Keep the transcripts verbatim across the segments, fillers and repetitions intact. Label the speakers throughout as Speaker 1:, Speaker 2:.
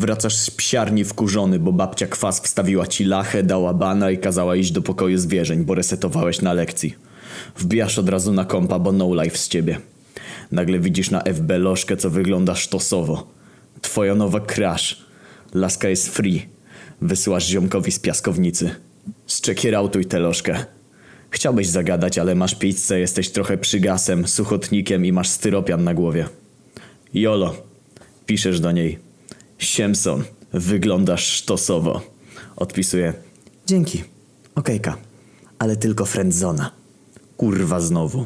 Speaker 1: Wracasz z psiarni wkurzony, bo babcia kwas wstawiła ci lachę, dała bana i kazała iść do pokoju zwierzeń, bo resetowałeś na lekcji. Wbijasz od razu na kompa, bo no life z ciebie. Nagle widzisz na F B lożkę, co wygląda sztosowo. Twoja nowa crush. Laska jest free. Wysyłasz ziomkowi z piaskownicy. Zczekierautuj tę lożkę. Chciałbyś zagadać, ale masz pizzę, jesteś trochę przygasem, suchotnikiem i masz styropian na głowie. Jolo. Piszesz do niej. Siemson, wyglądasz sztosowo. Odpisuje. Dzięki. Okejka. Ale tylko friendzona. Kurwa znowu.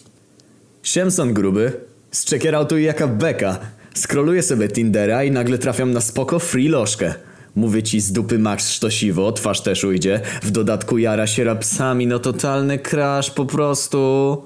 Speaker 1: Siemson gruby. Zczekierautuj jaka beka. Skroluję sobie Tindera i nagle trafiam na spoko free lożkę. Mówię ci, z dupy max sztosiwo, twarz też ujdzie. W dodatku jara się rapsami, no totalny crash po prostu.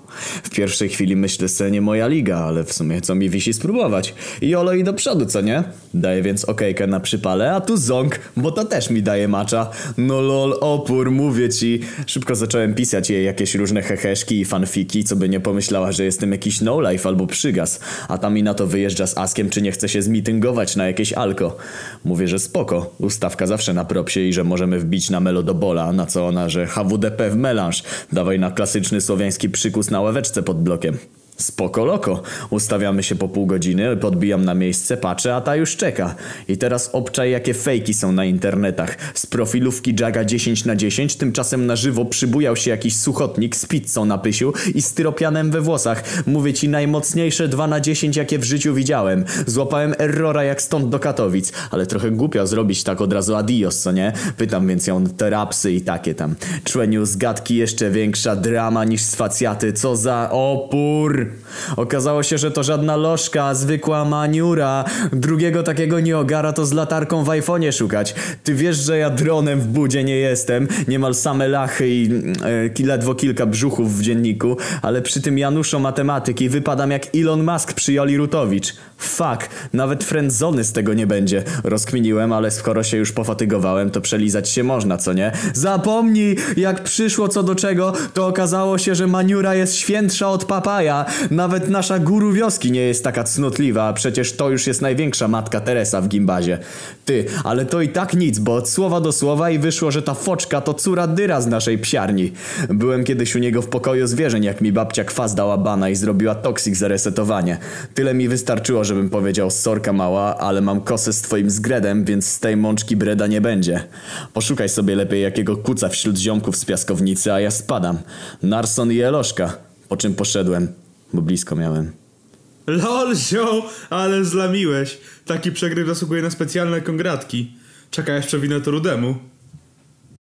Speaker 1: W pierwszej chwili myślę se, nie moja liga, ale w sumie co mi wisi spróbować. Jolo i do przodu, co nie? Daję więc okejkę na przypale, a tu ząg, bo to też mi daje macza. No lol, opór, mówię ci. Szybko zacząłem pisać jej jakieś różne heheszki i fanfiki, co by nie pomyślała, że jestem jakiś no life albo przygas. A tam mi na to wyjeżdża z Askiem, czy nie chce się zmityngować na jakieś alko. Mówię, że spoko. Ustawka zawsze na propsie i że możemy wbić na melo do bola, na co ona, że H W D P w melanż. Dawaj na klasyczny słowiański przykus na ławeczce pod blokiem. Spoko loko. Ustawiamy się po pół godziny, podbijam na miejsce, patrzę, a ta już czeka. I teraz obczaj, jakie fejki są na internetach. Z profilówki Jaga dziesięć na dziesięć tymczasem na żywo przybujał się jakiś suchotnik z pizzą na pysiu i styropianem we włosach. Mówię ci, najmocniejsze dwa na dziesięć, jakie w życiu widziałem. Złapałem errora jak stąd do Katowic, ale trochę głupio zrobić tak od razu adios, co nie? Pytam więc ją te rapsy i takie tam. Człeniu z gadki jeszcze większa drama niż z facjaty. Co za opór! Okazało się, że to żadna lożka, zwykła maniura. Drugiego takiego nieogara to z latarką w iPhone'ie szukać. Ty wiesz, że ja dronem w budzie nie jestem. Niemal same lachy i e, ledwo kilka brzuchów w dzienniku. Ale przy tym Januszo matematyki wypadam jak Elon Musk przy Joli Rutowicz. Fuck, nawet friendzony z tego nie będzie. Rozkminiłem, ale skoro się już pofatygowałem, to przelizać się można, co nie? Zapomnij, jak przyszło co do czego, to okazało się, że maniura jest świętsza od papaja. Nawet nasza guru wioski nie jest taka cnotliwa, a przecież to już jest największa matka Teresa w gimbazie. Ty, ale to i tak nic, bo od słowa do słowa i wyszło, że ta foczka to córa dyra z naszej psiarni. Byłem kiedyś u niego w pokoju zwierzeń, jak mi babcia kwas dała bana i zrobiła toksik za resetowanie. Tyle mi wystarczyło, żebym powiedział sorka mała, ale mam kosę z twoim zgredem, więc z tej mączki breda nie będzie. Poszukaj sobie lepiej jakiego kuca wśród ziomków z piaskownicy, a ja spadam. Narson i Eloszka. Po czym poszedłem, bo blisko miałem.
Speaker 2: Lol, zio, ale zlamiłeś. Taki przegryw zasługuje na specjalne kongratki. Czeka jeszcze winę to Rudemu.